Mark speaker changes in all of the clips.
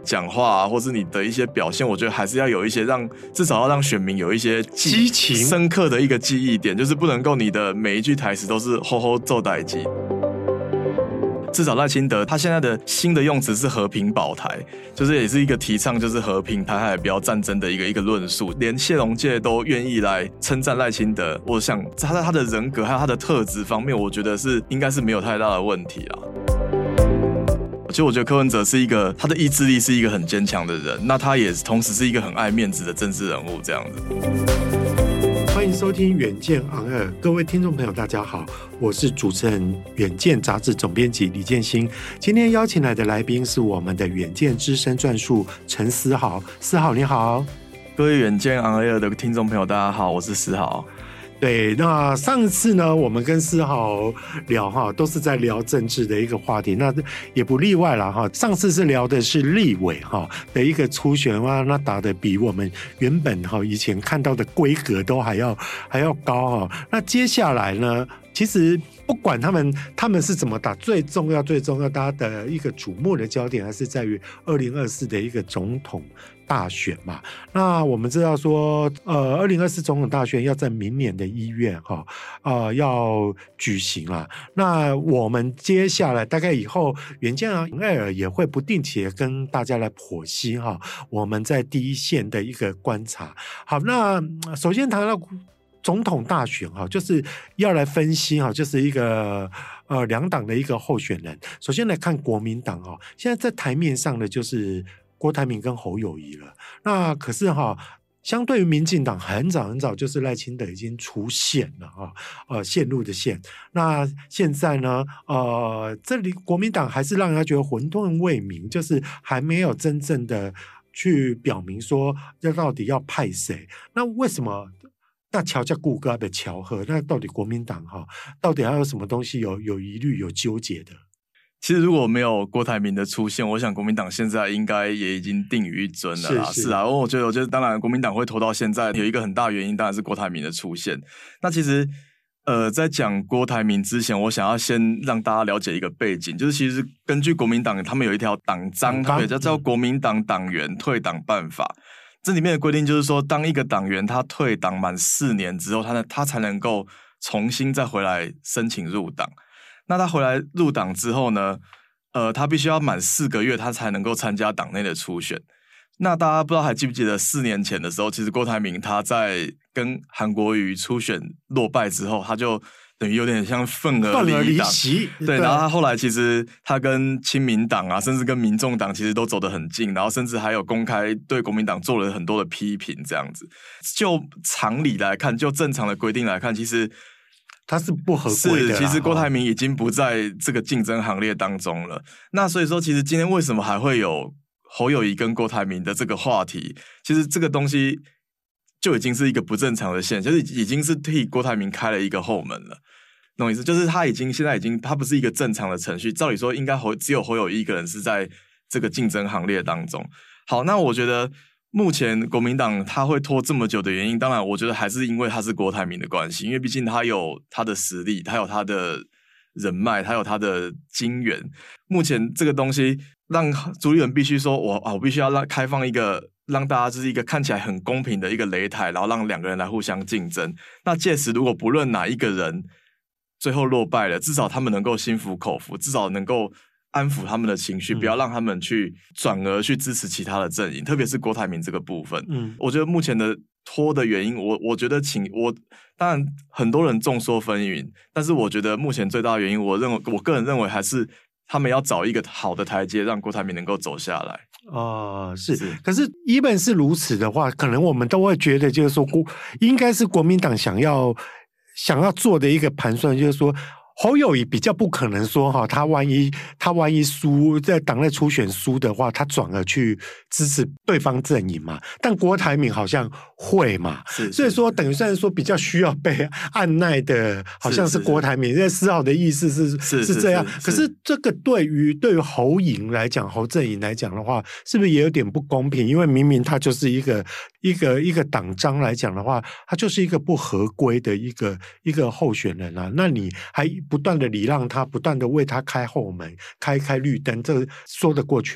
Speaker 1: 讲话啊，或是你的一些表现，我觉得还是要有一些至少要让选民有一些
Speaker 2: 激情
Speaker 1: 深刻的一个记忆点，就是不能够你的每一句台词都是吼吼做代志。至少赖清德他现在的新的用词是和平保台，就是也是一个提倡就是和平台海不要战争的一个论述，连谢龙介都愿意来称赞赖清德。我想他在他的人格还有他的特质方面，我觉得应该是没有太大的问题啦。其实我觉得柯文哲是一个他的意志力是一个很坚强的人，那他也同时是一个很爱面子的政治人物这样子。
Speaker 2: 欢迎收听远见 On Air， 各位听众朋友大家好，我是主持人远见杂志总编辑李建兴。今天邀请来的来宾是我们的远见资深撰述陈思豪。思豪你好。
Speaker 1: 各位远见 On Air 的听众朋友大家好，我是思豪。
Speaker 2: 对，那上次呢，我们跟思豪聊哈，都是在聊政治的一个话题，那也不例外了哈。上次是聊的是立委哈的一个初选啊，那打的比我们原本哈以前看到的规格都还要高哈。那接下来呢，其实不管他们是怎么打，最重要，大家的一个瞩目的焦点还是在于2024的一个总统大选嘛。那我们知道说2024总统大选要在明年的1月要举行了。那我们接下来大概以后远见On Air也会不定期的跟大家来剖析我们在第一线的一个观察。好，那首先谈到总统大选就是要来分析就是一个两党的一个候选人。首先来看国民党现在在台面上的就是郭台铭跟侯友宜了。那可是相对于民进党很早就是赖清德已经出现了线路的线。那现在呢这里国民党还是让人家觉得混沌未明，就是还没有真正的去表明说这到底要派谁。那为什么那乔家顾哥的乔贺，那到底国民党到底还有什么东西有疑虑有纠结的？
Speaker 1: 其实如果没有郭台铭的出现，我想国民党现在应该也已经定于一尊了啦。是啊，我觉得当然国民党会拖到现在，有一个很大原因当然是郭台铭的出现。那其实在讲郭台铭之前，我想要先让大家了解一个背景，就是其实根据国民党他们有一条党章，叫国民党党员退党办法。这里面的规定就是说，当一个党员他退党满4年之后，他才能够重新再回来申请入党。那他回来入党之后呢，他必须要满4个月，他才能够参加党内的初选。那大家不知道还记不记得4年前的时候，其实郭台铭他在跟韩国瑜初选落败之后，他就等于有点像愤而离党，对。然后他后来其实他跟亲民党啊，甚至跟民众党其实都走得很近，然后甚至还有公开对国民党做了很多的批评，这样子。就常理来看，就正常的规定来看，其实
Speaker 2: 他是不合规的。
Speaker 1: 其实郭台铭已经不在这个竞争行列当中了。那所以说，其实今天为什么还会有侯友宜跟郭台铭的这个话题？其实这个东西就已经是一个不正常的现象，就是已经是替郭台铭开了一个后门了。懂我意思？就是他现在已经，他不是一个正常的程序。照理说，应该只有侯友宜一个人是在这个竞争行列当中。好，那我觉得目前国民党他会拖这么久的原因，当然我觉得还是因为他是郭台铭的关系，因为毕竟他有他的实力，他有他的人脉，他有他的金源。目前这个东西让主理人必须说，我必须要开放一个让大家就是一个看起来很公平的一个擂台，然后让2个人来互相竞争。那届时如果不论哪一个人最后落败了，至少他们能够心服口服，至少能够安抚他们的情绪，不要让他们转而去支持其他的阵营，特别是郭台铭这个部分。我觉得目前的拖的原因，我觉得当然很多人众说纷纭，但是我觉得目前最大的原因，我个人认为还是他们要找一个好的台阶，让郭台铭能够走下来。
Speaker 2: 是。可是even是如此的话，可能我们都会觉得就是说应该是国民党想要做的一个盘算，就是说侯友宜比较不可能说他万一输，在党内初选输的话，他转而去支持对方阵营嘛。但郭台铭好像会嘛，所以说等于算是说比较需要被按捺的，好像是郭台铭。因为思豪的意思是这样。可是这个对于侯营来讲，侯阵营来讲的话，是不是也有点不公平？因为明明他就是一个党章来讲的话，他就是一个不合规的一个候选人啊。那你还不断的礼让他，不断的为他开后门，开绿灯，这说得过去吗？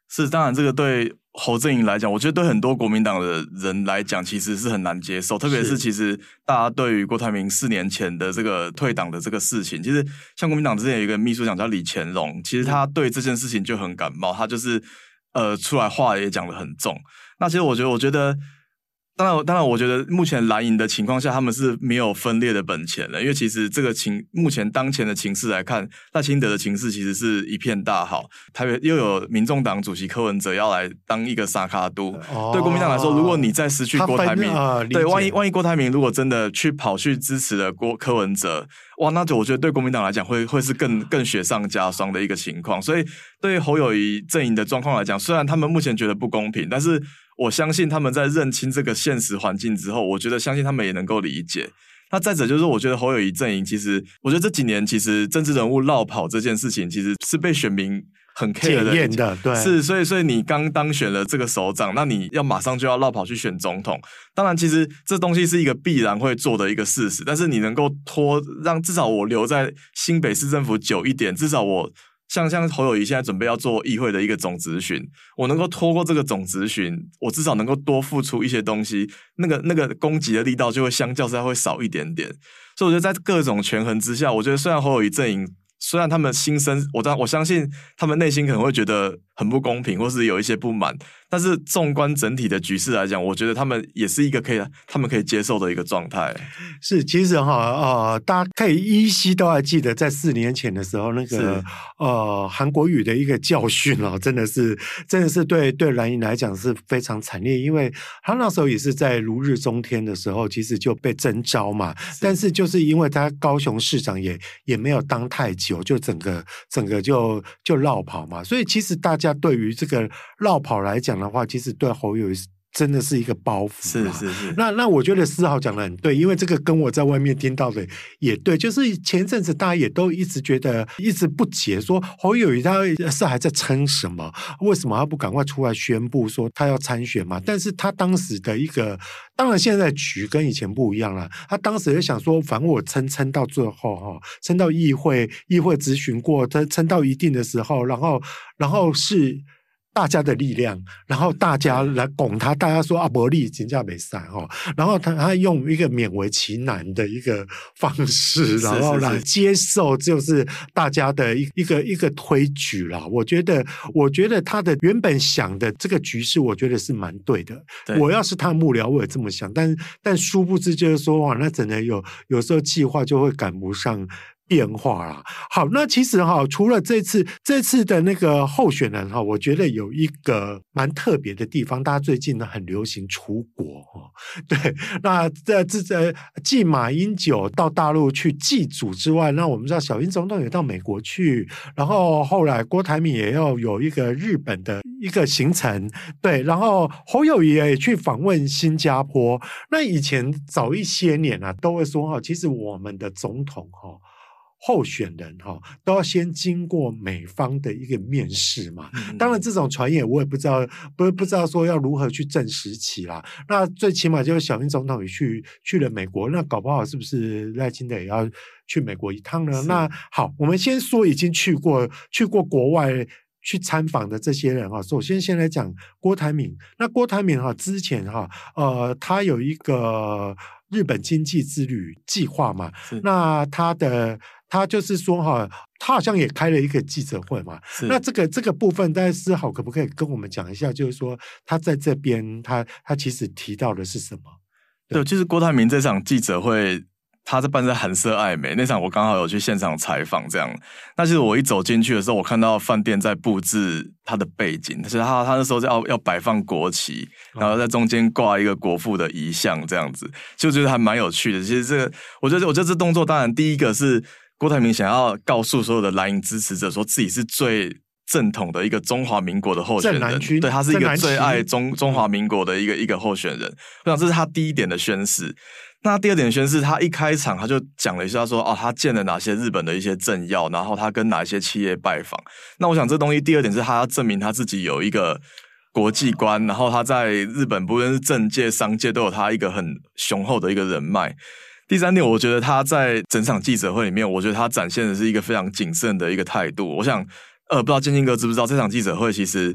Speaker 1: 是，当然这个对侯阵营来讲，我觉得对很多国民党的人来讲，其实是很难接受。特别是其实大家对于郭台铭4年前的这个退党的这个事情，其实像国民党之前有一个秘书长叫李乾隆，其实他对这件事情就很感冒，他就是出来话也讲得很重。那其实我觉得。当然，我觉得目前蓝营的情况下，他们是没有分裂的本钱了，因为其实这个目前当前的情势来看，赖清德的情势其实是一片大好，台北又有民众党主席柯文哲要来当一个沙卡都，对国民党来说，如果你再失去郭台铭，对，万一郭台铭如果真的跑去支持了柯文哲，哇，那就我觉得对国民党来讲会是更雪上加霜的一个情况，所以对侯友宜阵营的状况来讲，虽然他们目前觉得不公平，但是我相信他们在认清这个现实环境之后，我觉得相信他们也能够理解。那再者就是，我觉得侯友宜阵营其实，我觉得这几年其实政治人物落跑这件事情，其实是被选民很 care 的，
Speaker 2: 检验的，对，
Speaker 1: 是，所以你刚当选了这个首长，那你要马上就要落跑去选总统。当然，其实这东西是一个必然会做的一个事实，但是你能够让至少我留在新北市政府久一点，至少我。像侯友宜现在准备要做议会的一个总质询，我能够拖过这个总质询，我至少能够多付出一些东西，那个攻击的力道就会相较之下会少一点点。所以我觉得在各种权衡之下，我觉得虽然侯友宜阵营虽然他们心声，我相信他们内心可能会觉得很不公平，或是有一些不满，但是纵观整体的局势来讲，我觉得他们也是一个他们可以接受的一个状态。是，
Speaker 2: 其实大家可以依稀都还记得，在4年前的时候，那个韩国瑜的一个教训真的是对蓝营来讲是非常惨烈，因为他那时候也是在如日中天的时候，其实就被征召嘛，但是就是因为他高雄市长也没有当太久，就整个就落跑嘛，所以其实大家对于这个落跑来讲的话，其实对侯友宜真的是一个包袱。
Speaker 1: 是。
Speaker 2: 那我觉得思豪讲的很对，因为这个跟我在外面听到的也对，就是前阵子大家也都一直觉得一直不解，说侯友宜他是还在撑什么？为什么他不赶快出来宣布说他要参选嘛？但是他当时的一个，当然现在局跟以前不一样了。他当时就想说，反正我撑到最后撑到议会质询过，撑到一定的时候，然后是大家的力量，然后大家来拱他，大家说啊，没力真的没赛然后他用一个勉为其难的一个方式，然后来接受就是大家的一个推举啦。我觉得他的原本想的这个局势，我觉得是蛮对的。我要是他幕僚，我也这么想，但殊不知就是说那真的有时候计划就会赶不上变化啦。好，那其实除了这次的那个候选人我觉得有一个蛮特别的地方，大家最近呢很流行出国对，那继马英九到大陆去祭祖之外，那我们知道小英总统也到美国去，然后后来郭台铭也要有一个日本的一个行程，对，然后侯友宜也去访问新加坡。那以前早一些年都会说其实我们的总统候选人都要先经过美方的一个面试嘛，当然这种传言我也不知道说要如何去证实起啦。那最起码就是小英总统也去了美国，那搞不好是不是赖清德也要去美国一趟呢？那好，我们先说已经去过国外去参访的这些人首先来讲郭台铭。那郭台铭之前他有一个日本经济之旅计划嘛，那他就是说他好像也开了一个记者会嘛。那这个部分，大家思豪可不可以跟我们讲一下？就是说他在这边他其实提到的是什么？
Speaker 1: 对，其实郭台铭这场记者会，他在办在韩舍爱美那场，我刚好有去现场采访这样。那其实我一走进去的时候，我看到饭店在布置他的背景，就是他那时候要摆放国旗，然后在中间挂一个国父的遗像这样子，就觉得还蛮有趣的。其实这个，我觉得这动作，当然第一个是郭台铭想要告诉所有的蓝营支持者，说自己是最正统的一个中华民国的候选人，对，他是一个最爱中华民国的一个候选人。我想这是他第一点的宣示。那第二点宣示，他一开场他就讲了一下说他见了哪些日本的一些政要，然后他跟哪一些企业拜访。那我想这东西第二点是他要证明他自己有一个国际观，然后他在日本不论是政界商界都有他一个很雄厚的一个人脉。第三点，我觉得他在整场记者会里面，我觉得他展现的是一个非常谨慎的一个态度。我想不知道建兴哥知不知道，这场记者会其实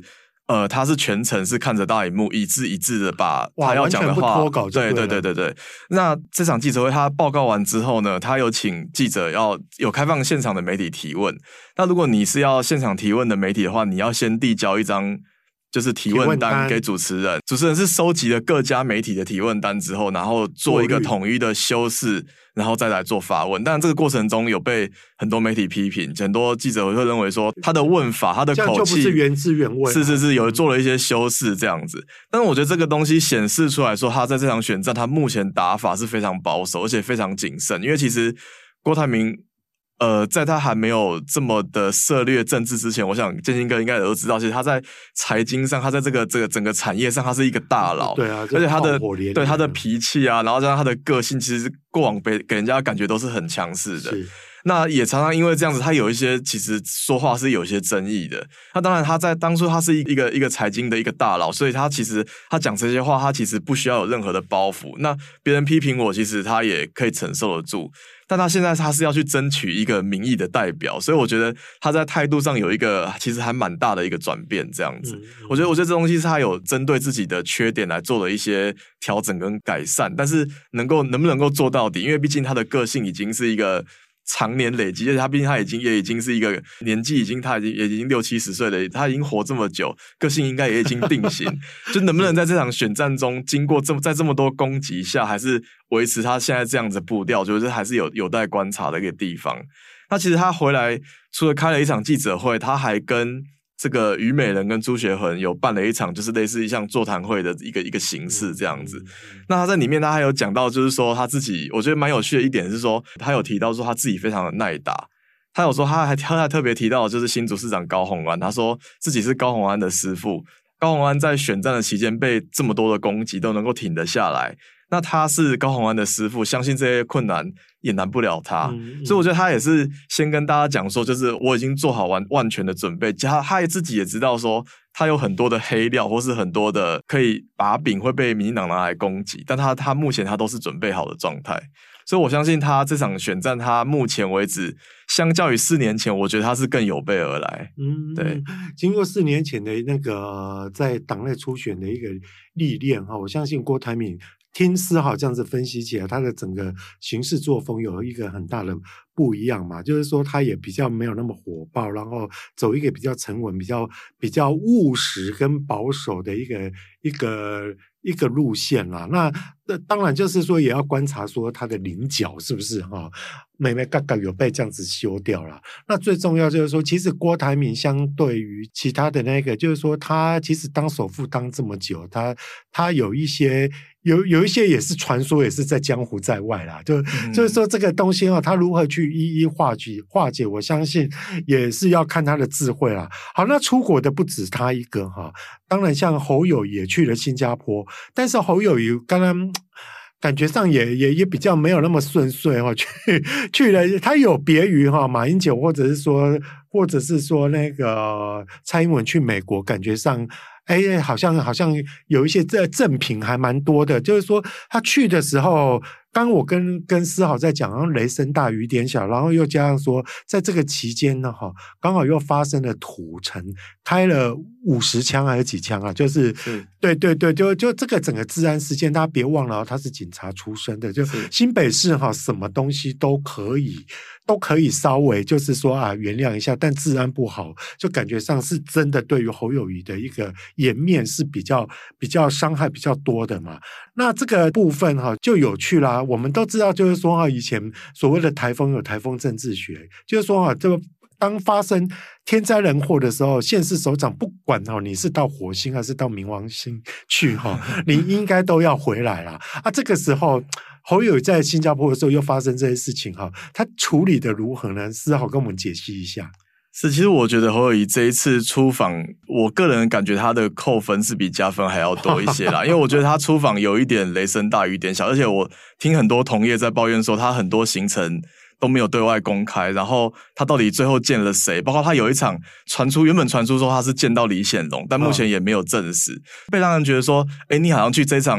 Speaker 1: 他是全程是看着大荧幕一字一字的把他要讲的话，
Speaker 2: 完全不脱稿就对了。
Speaker 1: 对。那这场记者会他报告完之后呢，他有请记者有开放现场的媒体提问。那如果你是要现场提问的媒体的话，你要先递交一张就是提问单给主持人，主持人是收集了各家媒体的提问单之后，然后做一个统一的修饰，然后再来做发问。但这个过程中有被很多媒体批评，很多记者会认为说他的问法、他的口气，
Speaker 2: 这样就不是原汁原味。
Speaker 1: 是有做了一些修饰这样子。但是我觉得这个东西显示出来说，他在这场选战，他目前打法是非常保守，而且非常谨慎。因为其实郭台铭在他还没有这么的涉猎政治之前，我想建兴哥应该也都知道，其实他在财经上，他在这个整个产业上，他是一个大佬。
Speaker 2: 对啊，
Speaker 1: 而且他的脾气啊，然后加上他的个性，其实过往给人家的感觉都是很强势的。那也常常因为这样子，他有一些其实说话是有一些争议的。那当然，他在当初他是一个财经的一个大佬，所以他其实他讲这些话，他其实不需要有任何的包袱。那别人批评我，其实他也可以承受得住。但他现在他是要去争取一个民意的代表，所以我觉得他在态度上有一个其实还蛮大的一个转变，这样子。我觉得这东西是他有针对自己的缺点来做了一些调整跟改善，但是能不能够做到底？因为毕竟他的个性已经是一个常年累积，而且他毕竟也已经是一个年纪他已经60-70岁了，他已经活这么久，个性应该也已经定型。就能不能在这场选战中，经过在这么多攻击下，还是维持他现在这样子步调，我觉得还是有待观察的一个地方。那其实他回来除了开了一场记者会，他还跟这个虞美人跟朱学恒有办了一场就是类似像座谈会的一个形式这样子。那他在里面他还有讲到就是说他自己，我觉得蛮有趣的一点是说，他有提到说他自己非常的耐打。他有说他还特别提到就是新竹市长高虹安，他说自己是高虹安的师父，高虹安在选战的期间被这么多的攻击都能够挺得下来，那他是高虹安的师父，相信这些困难也难不了他。所以我觉得他也是先跟大家讲说，就是我已经做好万全的准备，他也自己也知道说他有很多的黑料或是很多的可以把柄会被民进党拿来攻击，但他目前他都是准备好的状态。所以我相信他这场选战，他目前为止相较于4年前，我觉得他是更有备而来。对，
Speaker 2: 经过4年前的那个在党内初选的一个历练哈，我相信郭台铭听思豪这样子分析起来，他的整个行事作风有一个很大的不一样嘛，就是说他也比较没有那么火爆，然后走一个比较沉稳、比较务实跟保守的一个路线啦。那当然就是说也要观察说他的棱角是不是哈，妹妹嘎嘎有被这样子修掉了。那最重要就是说，其实郭台铭相对于其他的那个，就是说他其实当首富当这么久，他有一些也是传说，也是在江湖在外啦。就是说这个东西他如何去一一化解，我相信也是要看他的智慧啦。好，那出国的不止他一个哈，当然像侯友也去了新加坡，但是侯友宜刚刚感觉上也比较没有那么顺遂哈，去了他有别于哈马英九或者是说那个蔡英文去美国，感觉上好像有一些赠品还蛮多的，就是说他去的时候。刚我跟思豪在讲，然后雷声大雨点小，然后又加上说，在这个期间呢，刚好又发生了土城开了50枪还是几枪啊？就是对，就这个整个治安事件，大家别忘了，他是警察出身的，就新北市什么东西都可以稍微就是说原谅一下，但治安不好，就感觉上是真的对于侯友宜的一个颜面是比较伤害比较多的嘛。那这个部分就有趣啦。我们都知道，就是说以前所谓的台风有台风政治学，就是说这个当发生天灾人祸的时候，县市首长不管你是到火星还是到冥王星去你应该都要回来啦。这个时候侯友宜在新加坡的时候又发生这些事情他处理的如何呢？思豪跟我们解析一下。
Speaker 1: 其实我觉得侯友宜这一次出访，我个人感觉他的扣分是比加分还要多一些啦，因为我觉得他出访有一点雷声大雨点小，而且我听很多同业在抱怨说他很多行程都没有对外公开，然后他到底最后见了谁，包括他有一场原本传出说他是见到李显龙，但目前也没有证实，被让人觉得说你好像去这场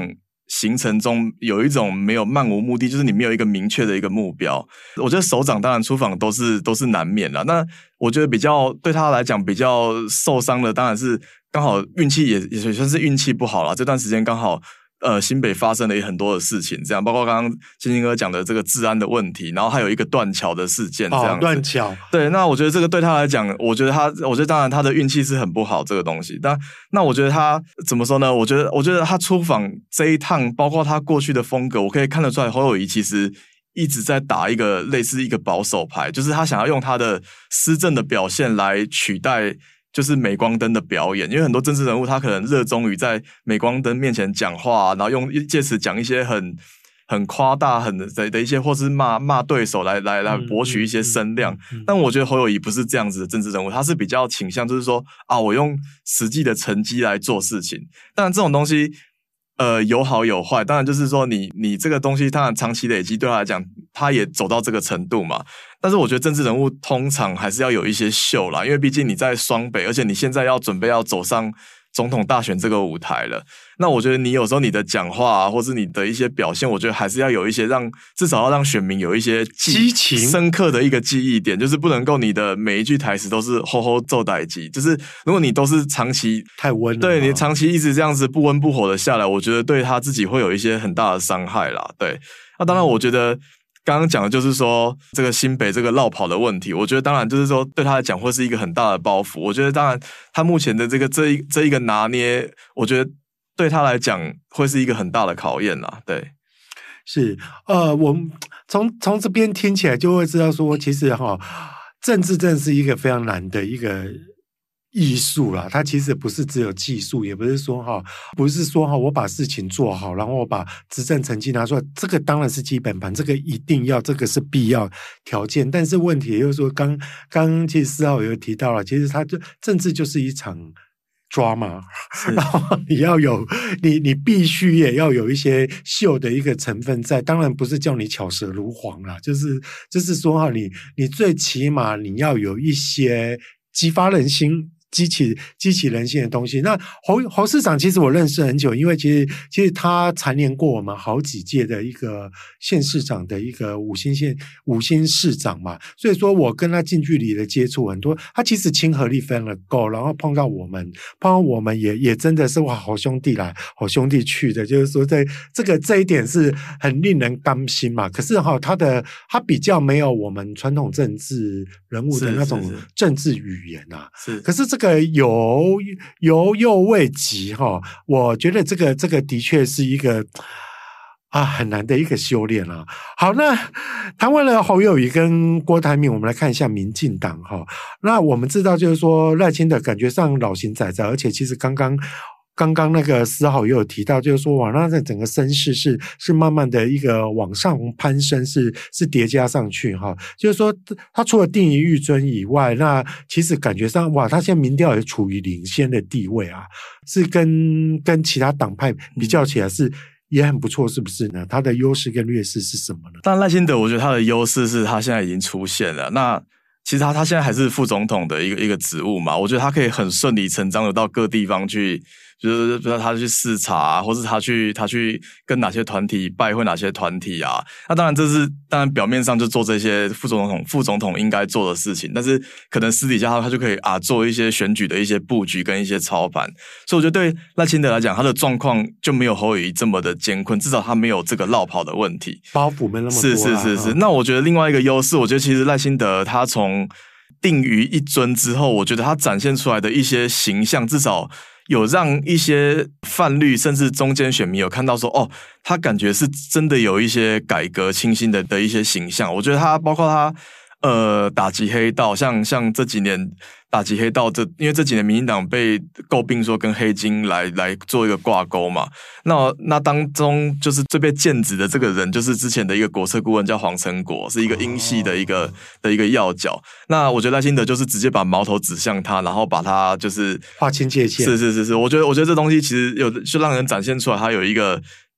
Speaker 1: 行程中有一种没有漫无目的，就是你没有一个明确的一个目标。我觉得首长当然出访都是难免啦。那我觉得比较对他来讲比较受伤的，当然是刚好运气也算是运气不好啦。这段时间刚好新北发生了很多的事情，这样包括刚刚金哥讲的这个治安的问题，然后还有一个断桥的事件，这样子。
Speaker 2: 断桥，对。
Speaker 1: 那我觉得这个对他来讲，我觉得当然他的运气是很不好这个东西。那我觉得他怎么说呢？我觉得他出访这一趟，包括他过去的风格，我可以看得出来，侯友宜其实一直在打一个类似一个保守牌，就是他想要用他的施政的表现来取代。就是镁光灯的表演，因为很多政治人物他可能热衷于在镁光灯面前讲话，然后借此讲一些很夸大的一些，或是骂对手来博取一些声量。但我觉得侯友宜不是这样子的政治人物，他是比较倾向就是说我用实际的成绩来做事情。当然这种东西有好有坏，当然就是说你这个东西当然长期累积对他来讲，他也走到这个程度嘛。但是我觉得政治人物通常还是要有一些秀啦，因为毕竟你在双北，而且你现在要准备要走上总统大选这个舞台了。那我觉得你有时候你的讲话或是你的一些表现，我觉得还是要有一些至少要让选民有一些
Speaker 2: 激情
Speaker 1: 深刻的一个记忆点，就是不能够你的每一句台词都是吼吼奏代机，就是如果你都是长期
Speaker 2: 太温了，
Speaker 1: 对你长期一直这样子不温不火的下来，我觉得对他自己会有一些很大的伤害啦。对，那当然我觉得刚刚讲的就是说这个新北这个落跑的问题，我觉得当然就是说对他来讲会是一个很大的包袱。我觉得当然他目前的这一个拿捏，我觉得对他来讲会是一个很大的考验啦。对，
Speaker 2: 是我们从这边听起来就会知道说，其实政治真的是一个非常难的一个艺术啦，它其实不是只有技术，也不是说我把事情做好，然后我把执政成绩拿出来，这个当然是基本盘，这个一定要，这个是必要条件。但是问题就是说，刚其实4号有提到了，其实它政治就是一场drama，然后你要有你必须也要有一些秀的一个成分在，当然不是叫你巧舌如簧啦，就是说你最起码你要有一些激发人心。激起人心的东西。那侯市长其实我认识很久，因为其实他蝉联过我们好几届的一个县市长的一个五星市长嘛，所以说我跟他近距离的接触很多，他其实亲和力非常的够，然后碰到我们也真的是哇好兄弟来好兄弟去的，就是说在这一点是很令人甘心嘛。可是他比较没有我们传统政治人物的那种政治语言啊，可是这个犹又未及我觉得这个的确是一个很难的一个修炼啊。好，那谈完了侯友宜跟郭台铭，我们来看一下民进党那我们知道就是说赖清德感觉上老型仔仔，而且其实刚刚那个4号也有提到，就是说那在整个声势是慢慢的一个往上攀升，是叠加上去就是说他除了定于玉尊以外，那其实感觉上他现在民调也处于领先的地位啊，是跟其他党派比较起来是也很不错，是不是呢？他的优势跟劣势是什么呢？
Speaker 1: 但赖清德我觉得他的优势是他现在已经出现了，那其实他现在还是副总统的一个职务嘛，我觉得他可以很顺理成章的到各地方去，就是他去视察或是他去跟哪些团体拜会哪些团体啊。那当然表面上就做这些副总统应该做的事情，但是可能私底下他就可以做一些选举的一些布局跟一些操盘。所以我觉得对赖清德来讲，他的状况就没有侯友宜这么的艰困，至少他没有这个落跑的问题，
Speaker 2: 包袱没那么多
Speaker 1: 是。那我觉得另外一个优势，我觉得其实赖清德他从定于一尊之后，我觉得他展现出来的一些形象，至少有让一些泛绿甚至中间选民有看到说，他感觉是真的有一些改革清新的一些形象。我觉得他包括他打击黑道，像这几年打击黑道，因为这几年民进党被诟病说跟黑金来做一个挂钩嘛，那当中就是最被剑指的这个人，就是之前的一个国策顾问叫黄成国，是一个英系的一个要角。那我觉得赖清德就是直接把矛头指向他，然后把他就是
Speaker 2: 划清界限。
Speaker 1: 是，我觉得这东西其实就让人展现出来他有一个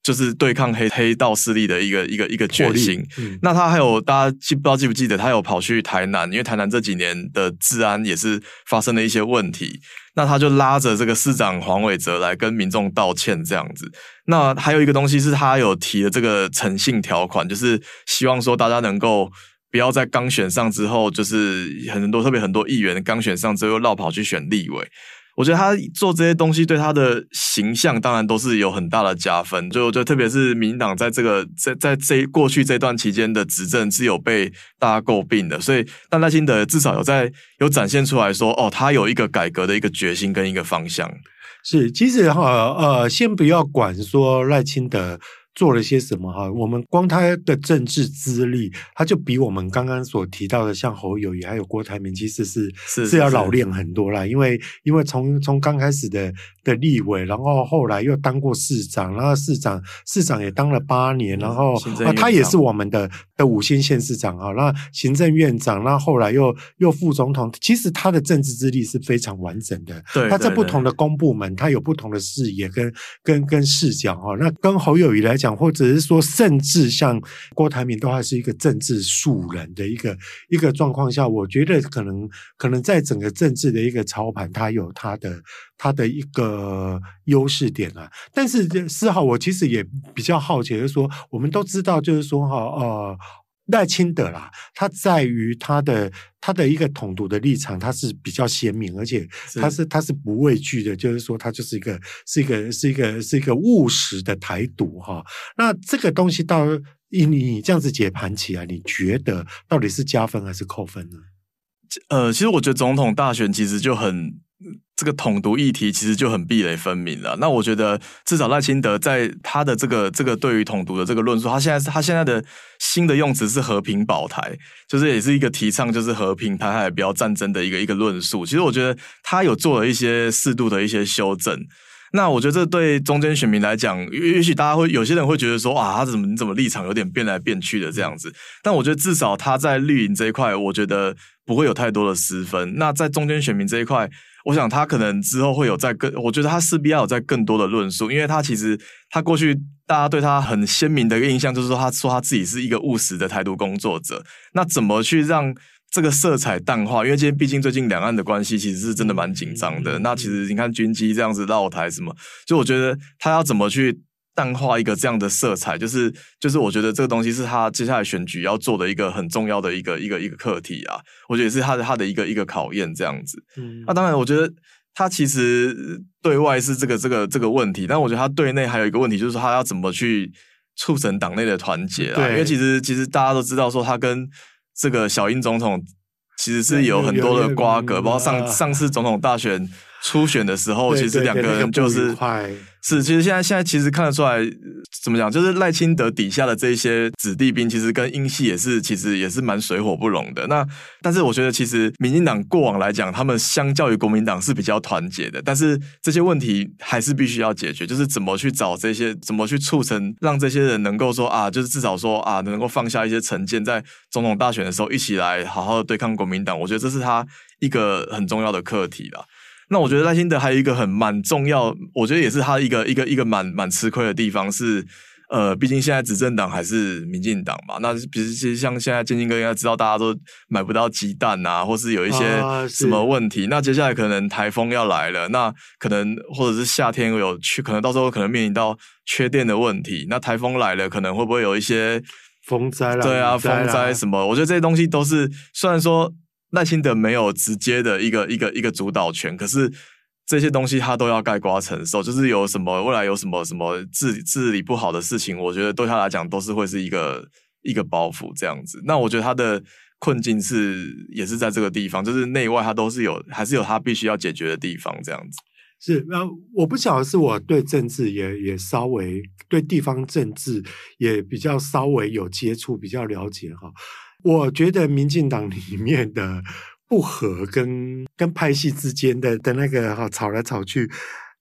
Speaker 1: 就是对抗黑道势力的一个决心。那他还有大家不知道记不记得，他有跑去台南，因为台南这几年的治安也是发生了一些问题。那他就拉着这个市长黄伟哲来跟民众道歉这样子。那还有一个东西是他有提的这个诚信条款，就是希望说大家能够不要在刚选上之后，就是特别很多议员刚选上之后又绕跑去选立委。我觉得他做这些东西对他的形象当然都是有很大的加分，就特别是民进党在过去这段期间的执政是有被大家诟病的，所以但赖清德至少有展现出来说，他有一个改革的一个决心跟一个方向。
Speaker 2: 是，其实先不要管说赖清德做了些什么哈，我们光他的政治资历，他就比我们刚刚所提到的像侯友宜还有郭台铭，其实是要老练很多啦。因为从刚开始的立委，然后后来又当过市长，然后市长也当了8年，然后他也是我们的5星县市长哈，那行政院长，那后来又副总统，其实他的政治资历是非常完整的。
Speaker 1: 对，
Speaker 2: 他在不同的公部门，他有不同的视野跟视角哈。那跟侯友宜来讲，或者是说，甚至像郭台铭都还是一个政治素人的一个状况下，我觉得可能在整个政治的一个操盘，他有他的一个优势点啊。但是4号我其实也比较好奇，就是说我们都知道，就是说赖清德啦，他在于他的一个统独的立场，他是比较鲜明，而且他是不畏惧的，就是说他就是一个务实的台独哈。那这个东西到你这样子解盘起来，你觉得到底是加分还是扣分呢？
Speaker 1: 其实我觉得总统大选其实就这个统独议题其实就很壁垒分明了。那我觉得至少赖清德在他的这个对于统独的这个论述，他现在的新的用词是和平保台，就是也是一个提倡就是和平台海不要战争的一个论述。其实我觉得他有做了一些适度的一些修正。那我觉得这对中间选民来讲，也许大家有些人会觉得说他你怎么立场有点变来变去的这样子。但我觉得至少他在绿营这一块，我觉得不会有太多的失分。那在中间选民这一块，我想他可能之后会有我觉得他势必要有在更多的论述，因为他其实他过去大家对他很鲜明的一个印象就是说他自己是一个务实的台独工作者。那怎么去让这个色彩淡化？因为毕竟最近两岸的关系其实是真的蛮紧张的。那其实你看军机这样子绕台什么，就我觉得他要怎么去淡化一个这样的色彩，就是我觉得这个东西是他接下来选举要做的一个很重要的一个课题啊。我觉得也是他的一个考验这样子。那当然，我觉得他其实对外是这个问题，但我觉得他对内还有一个问题，就是说他要怎么去促成党内的团结啊。因为其实大家都知道说他跟这个小英总统其实是有很多的瓜葛，包括上次总统大选初选的时候，其实两个人就是其实现在其实看得出来，怎么讲，就是赖清德底下的这些子弟兵，其实跟英系其实也是蛮水火不容的。但是我觉得，其实民进党过往来讲，他们相较于国民党是比较团结的，但是这些问题还是必须要解决，就是怎么去找怎么去促成让这些人能够说就是至少说能够放下一些成见，在总统大选的时候一起来好好的对抗国民党。我觉得这是他一个很重要的课题啦。那我觉得赖清德还有一个蛮重要，我觉得也是他一个蛮吃亏的地方是，毕竟现在执政党还是民进党嘛。那比如其实像现在建兴哥应该知道，大家都买不到鸡蛋啊，或是有一些什么问题。那接下来可能台风要来了，那可能或者是夏天可能到时候可能面临到缺电的问题。那台风来了，可能会不会有一些
Speaker 2: 风灾啦？
Speaker 1: 对啊，风灾什么？我觉得这些东西都是虽然说赖清德没有直接的一个主导权，可是这些东西他都要概括承受。就是有什么未来有什么治理不好的事情，我觉得对他来讲都是会是一个包袱这样子。那我觉得他的困境也是在这个地方，就是内外他都是还是有他必须要解决的地方这样子。
Speaker 2: 是，我不晓得是我对政治也稍微对地方政治也比较稍微有接触，比较了解哈。我觉得民进党里面的不和跟派系之间的那个吵来吵去，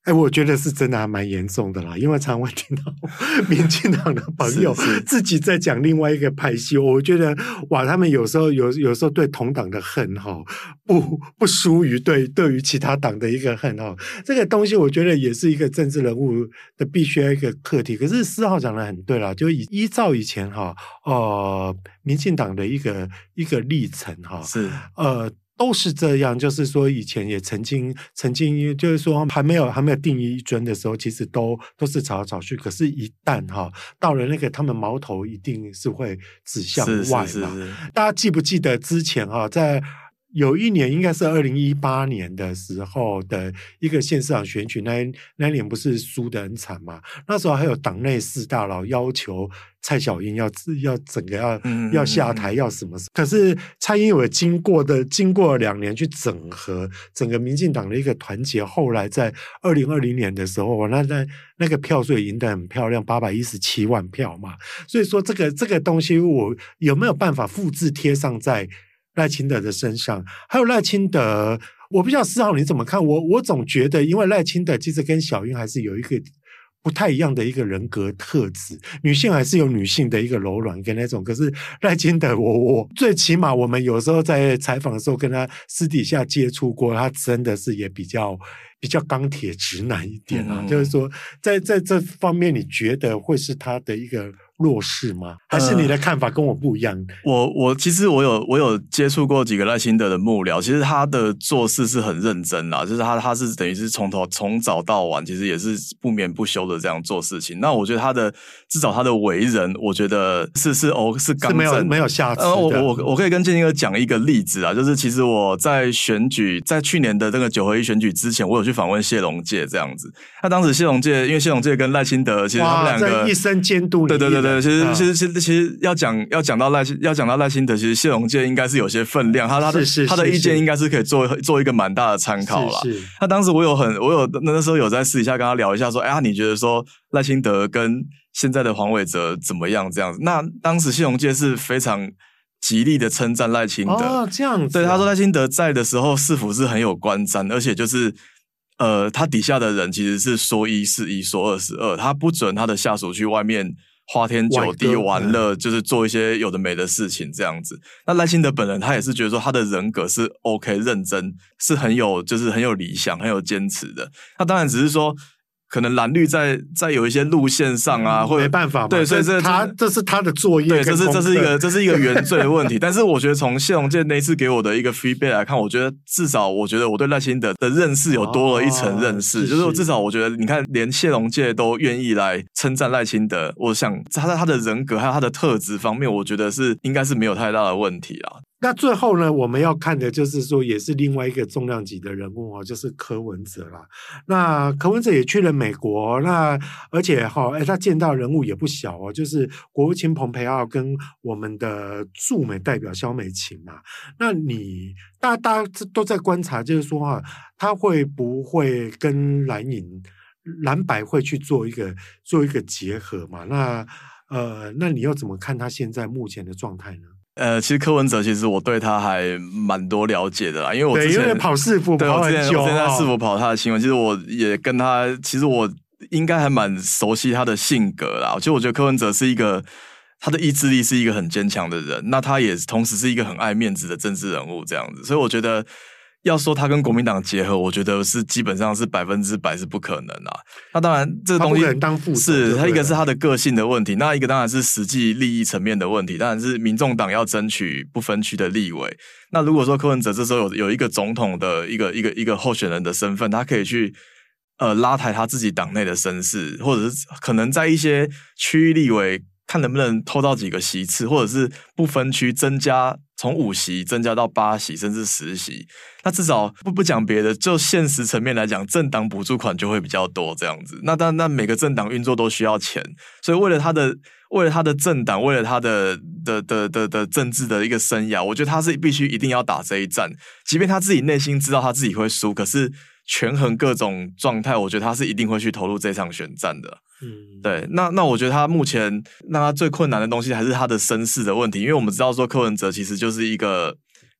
Speaker 2: 我觉得是真的还蛮严重的啦，因为常会听到民进党的朋友自己在讲另外一个派系，我觉得哇，他们有时候对同党的恨不输于对于其他党的一个恨这个东西我觉得也是一个政治人物的必须要一个课题。可是4号讲的很对啦，就依照以前民进党的一个历程
Speaker 1: 是
Speaker 2: 都是这样，就是说以前也曾经就是说还没有定一尊的时候，其实都是吵来吵去。可是，一旦到了那个他们矛头一定是会指向外嘛。大家记不记得之前在有一年应该是2018年的时候的一个县市长选举，那年不是输得很惨嘛？那时候还有党内4大佬要求蔡小英要整个要下台要什么？可是蔡英文经过了2年去整合整个民进党的一个团结，后来在2020年的时候，那个票数也赢得很漂亮，817万票嘛。所以说这个东西，我有没有办法复制贴上在赖清德的身上？还有赖清德，我不知道4号你怎么看？我总觉得，因为赖清德其实跟小英还是有一个不太一样的一个人格特质，女性还是有女性的一个柔软跟那种。可是赖清德，我最起码我们有时候在采访的时候跟他私底下接触过，他真的是也比较钢铁直男一点啊。就是说，在这方面，你觉得会是他的一个弱势吗？还是你的看法跟我不一样？
Speaker 1: 其实我有接触过几个赖清德的幕僚，其实他的做事是很认真啦，就是他是等于是从早到晚，其实也是不眠不休的这样做事情。那我觉得至少他的为人，我觉得是刚正，
Speaker 2: 没有瑕疵的。
Speaker 1: 我可以跟建兴哥讲一个例子啊，就是其实我在去年的这个9合1选举之前，我有去访问谢龙介这样子。那当时因为谢龙介跟赖清德，其实他们两个
Speaker 2: 一生监督你。
Speaker 1: 对，其实要讲到赖清德，其实谢龙介应该是有些分量，他的意见应该是可以做一个蛮大的参考啦。他当时我有那时候有在私底下跟他聊一下说，你觉得说赖清德跟现在的黄伟哲怎么样这样子？那当时谢龙介是非常极力的称赞赖清德，
Speaker 2: 这样子。
Speaker 1: 对，他说赖清德在的时候市府是很有观瞻，而且就是他底下的人其实是说一是一，说二是二，他不准他的下属去外面花天酒地玩乐，就是做一些有的没的事情这样子。那赖清德本人他也是觉得说他的人格是 OK 认真，是很有理想很有坚持的。他当然只是说可能蓝绿在有一些路线上啊，或者
Speaker 2: 没办法嘛，
Speaker 1: 对，所以
Speaker 2: 这是他的作业，
Speaker 1: 对，这是一个原罪的问题。但是我觉得从谢龙介那一次给我的一个 feedback 来看，至少我觉得我对赖清德的认识有多了一层认识，就是至少我觉得你看，连谢龙介都愿意来称赞赖清德，我想他的人格还有他的特质方面，我觉得应该是没有太大的问题啦。
Speaker 2: 那最后呢，我们要看的就是说，也是另外一个重量级的人物就是柯文哲啦。那柯文哲也去了美国，那而且他见到人物也不小就是国务卿蓬佩奥跟我们的驻美代表萧美琴嘛。那大家都在观察，就是说他会不会跟蓝白会去做一个结合嘛？那你要怎么看他现在目前的状态呢？
Speaker 1: 其实柯文哲，其实我对他还蛮多了解的啦，因为我之前
Speaker 2: 跑市府跑很久，
Speaker 1: 我之前在市府跑他的新闻，其实我也跟他，其实我应该还蛮熟悉他的性格啦。其实我觉得柯文哲是他的意志力是一个很坚强的人，那他也同时是一个很爱面子的政治人物这样子，所以我觉得要说他跟国民党结合，我觉得是基本上是100%是不可能啊。那当然这个东西
Speaker 2: 他不可能当副手，
Speaker 1: 是他一个是他的个性的问题，那一个当然是实际利益层面的问题，当然是民众党要争取不分区的立委。那如果说柯文哲这时候有一个总统的一个候选人的身份，他可以去拉抬他自己党内的声势，或者是可能在一些区域立委看能不能偷到几个席次，或者是不分区增加，从5席增加到8席甚至10席，那至少不讲别的，就现实层面来讲，政党补助款就会比较多这样子。那每个政党运作都需要钱，所以为了他的政党，为了他的政治的一个生涯，我觉得他是必须一定要打这一战，即便他自己内心知道他自己会输，可是权衡各种状态，我觉得他是一定会去投入这场选战的。对，那我觉得他目前让他最困难的东西还是他的身世的问题，因为我们知道说柯文哲其实就是一个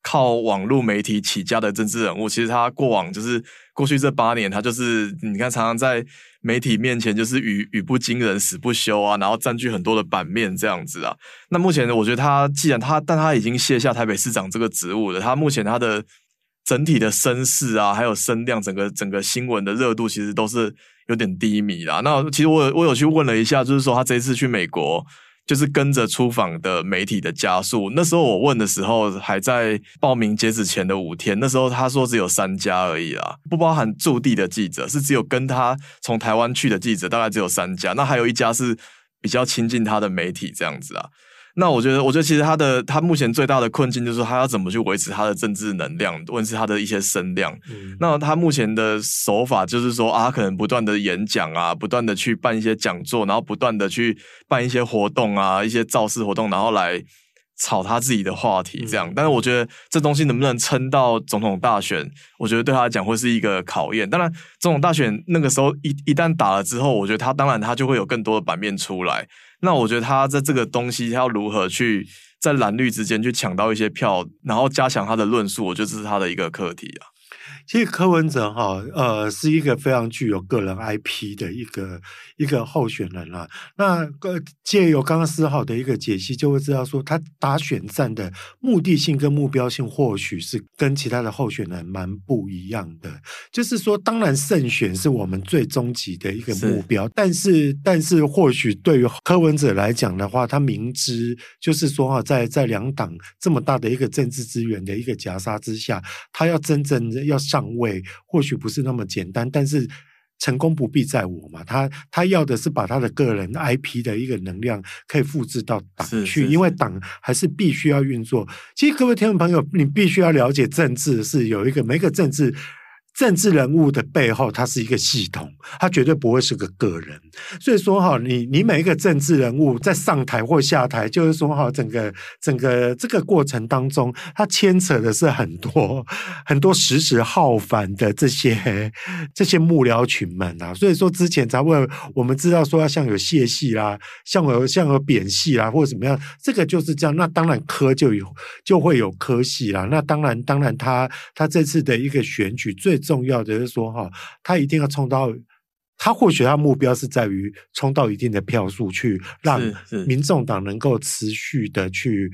Speaker 1: 靠网络媒体起家的政治人物，其实他过往就是过去这8年，他就是你看常常在媒体面前就是语不惊人死不休啊，然后占据很多的版面这样子啊。那目前我觉得他既然但他已经卸下台北市长这个职务了，他目前他的整体的声势啊，还有声量，整个新闻的热度其实都是有点低迷啦。那其实我有去问了一下，就是说他这一次去美国就是跟着出访的媒体的家数，那时候我问的时候还在报名截止前的5天，那时候他说只有3家而已啦，不包含驻地的记者，是只有跟他从台湾去的记者大概只有3家，那还有1家是比较亲近他的媒体这样子啊。那我觉得其实他目前最大的困境就是说他要怎么去维持他的政治能量，或者是他的一些声量。那他目前的手法就是说他可能不断的演讲啊，不断的去办一些讲座，然后不断的去办一些活动啊，一些造势活动，然后来炒他自己的话题这样。但是我觉得这东西能不能撑到总统大选，我觉得对他来讲会是一个考验。当然总统大选那个时候一旦打了之后，我觉得他就会有更多的版面出来。那我觉得他在这个东西他要如何去在蓝绿之间去抢到一些票，然后加强他的论述，我觉得这是他的一个课题啊。
Speaker 2: 其实柯文哲是一个非常具有个人 IP 的一个候选人啦。那借由刚刚4号的一个解析，就会知道说他打选战的目的性跟目标性或许是跟其他的候选人蛮不一样的。就是说，当然胜选是我们最终极的一个目标，但是或许对于柯文哲来讲的话，他明知就是说在2党这么大的一个政治资源的一个夹杀之下，他要真正要上位或许不是那么简单，但是成功不必在我嘛，他要的是把他的个人 IP 的一个能量可以复制到党去，因为党还是必须要运作。其实各位听众朋友，你必须要了解政治是有一个每个政治人物的背后，它是一个系统，它绝对不会是个个人。所以说你每一个政治人物在上台或下台，就是说整个这个过程当中，它牵扯的是很多时时浩繁的这些幕僚群们啊。所以说之前才会我们知道说像有谢系啦，像有扁系啦，或者怎么样，这个就是这样。那当然科就会有科系啦。那当然他这次的一个选举最重要的是说他一定要冲到，他或许他目标是在于冲到一定的票数，去让民众党能够持续的去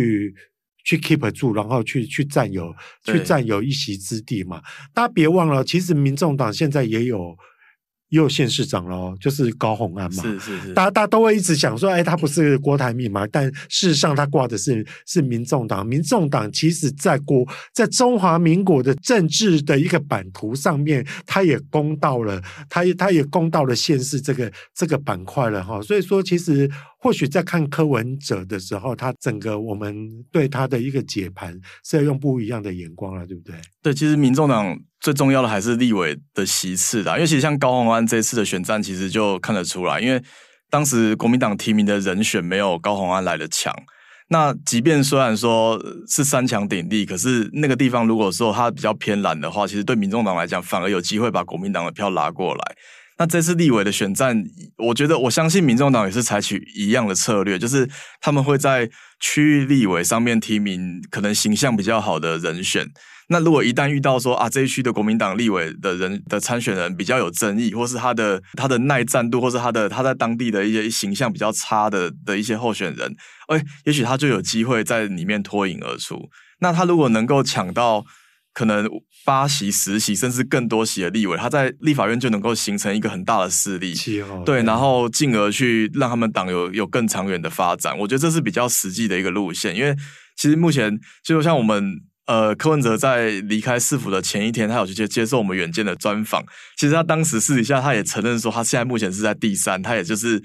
Speaker 2: keep 住，然后去占有一席之地嘛。大家别忘了，其实民众党现在也有县市长咯，就是高虹安嘛。是大家都会一直想说他不是郭台铭嘛，但事实上他挂的是民众党。民众党其实在中华民国的政治的一个版图上面，他也攻到了县市这个板块了所以说其实或许在看柯文哲的时候，他整个我们对他的一个解盘是要用不一样的眼光了，对不对？
Speaker 1: 对，其实民众党最重要的还是立委的席次啦，因为其实像高虹安这次的选战其实就看得出来，因为当时国民党提名的人选没有高虹安来的强。那即便虽然说是3强鼎立，可是那个地方如果说他比较偏蓝的话，其实对民众党来讲反而有机会把国民党的票拉过来。那这次立委的选战，我相信民众党也是采取一样的策略，就是他们会在区域立委上面提名可能形象比较好的人选。那如果一旦遇到说这一区的国民党立委的参选人比较有争议，或是他的耐战度，或是他在当地的一些形象比较差的一些候选人，也许他就有机会在里面脱颖而出。那他如果能够抢到可能8席、10席甚至更多席的立委，他在立法院就能够形成一个很大的势力，对，然后进而去让他们党有更长远的发展。我觉得这是比较实际的一个路线，因为其实目前就像我们柯文哲在离开市府的前一天，他有去接受我们远见的专访，其实他当时私底下他也承认说，他现在目前是在第3，他也就是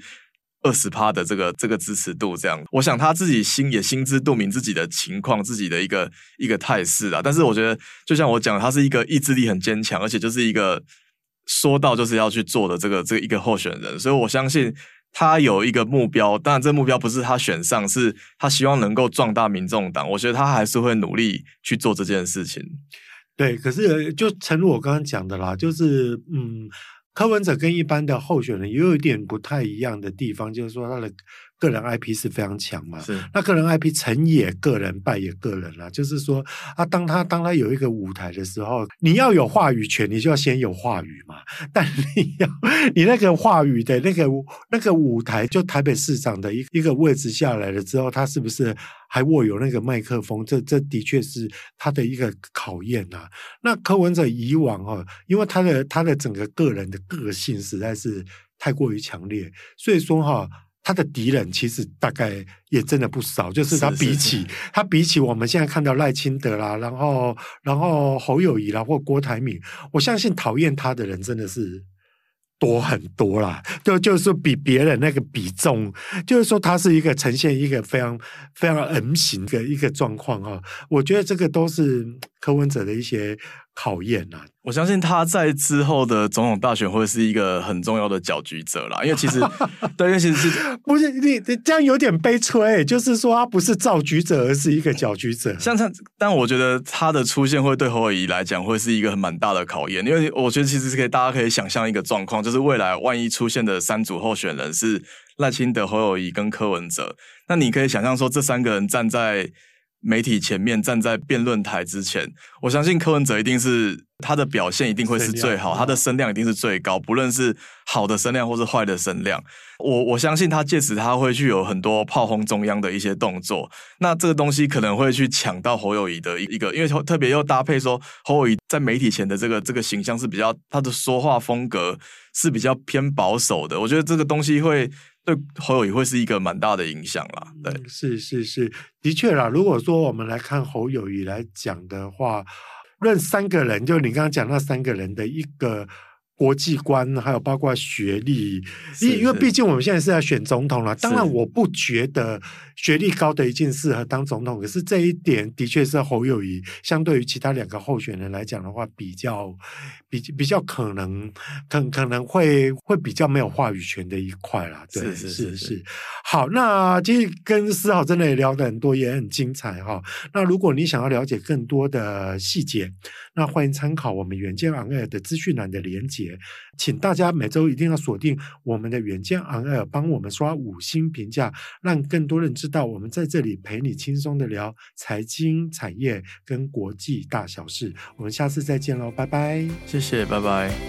Speaker 1: 20% 的这个支持度这样。我想他自己也心知肚明自己的情况，自己的一个态势啦。但是我觉得就像我讲，他是一个意志力很坚强，而且就是一个说到就是要去做的这个一个候选人。所以我相信他有一个目标，当然这个目标不是他选上，是他希望能够壮大民众党。我觉得他还是会努力去做这件事情。
Speaker 2: 对，可是就诚如我刚刚讲的啦，就是柯文哲跟一般的候选人也有一点不太一样的地方，就是说他的个人 IP 是非常强嘛，
Speaker 1: 是
Speaker 2: 那个人 IP 成也个人，败也个人啦。就是说啊，当他有一个舞台的时候，你要有话语权，你就要先有话语嘛。但你那个话语的那个舞台，就台北市长的一个位置下来了之后，他是不是还握有那个麦克风？这的确是他的一个考验啊。那柯文哲以往因为他的整个个人的个性实在是太过于强烈，所以说他的敌人其实大概也真的不少，就是他比起我们现在看到赖清德啦，然后侯友宜啦或郭台铭，我相信讨厌他的人真的是多很多啦，就是说比别人那个比重，就是说他是一个呈现一个非常非常 M 型的一个状况我觉得这个都是柯文哲的一些考验啊。
Speaker 1: 我相信他在之后的总统大选会是一个很重要的搅局者啦，因为其实对，因为其实是
Speaker 2: 不是你这样有点悲催，就是说他不是造局者，而是一个搅局者。
Speaker 1: 但我觉得他的出现会对侯友宜来讲会是一个蛮大的考验，因为我觉得其实大家可以想象一个状况，就是未来万一出现的三组候选人是赖清德、侯友宜跟柯文哲，那你可以想象说这三个人站在媒体前面，站在辩论台之前，我相信柯文哲一定是他的表现一定会是最好，他的声量一定是最高，不论是好的声量或是坏的声量，我相信他借此他会去有很多炮轰中央的一些动作，那这个东西可能会去抢到侯友宜的一个，因为特别又搭配说侯友宜在媒体前的这个形象是比较，他的说话风格是比较偏保守的，我觉得这个东西会对侯友宜会是一个蛮大的影响啦。对，
Speaker 2: 是，的确啦。如果说我们来看侯友宜来讲的话，论三个人，就你刚刚讲那三个人的一个国际观，还有包括学历，因为毕竟我们现在是在选总统了。当然，我不觉得学历高的一定适合当总统，可是这一点的确是侯友宜相对于其他两个候选人来讲的话，比较可能会比较没有话语权的一块啦。对，是。好，那其实跟思豪真的也聊得很多，也很精彩哈。那如果你想要了解更多的细节，那欢迎参考我们远见 On Air 的资讯栏的连结。请大家每周一定要锁定我们的远见 On Air， 帮我们刷5星评价，让更多人知道我们在这里陪你轻松的聊财经、产业跟国际大小事。我们下次再见喽，拜拜。
Speaker 1: 谢谢，拜拜。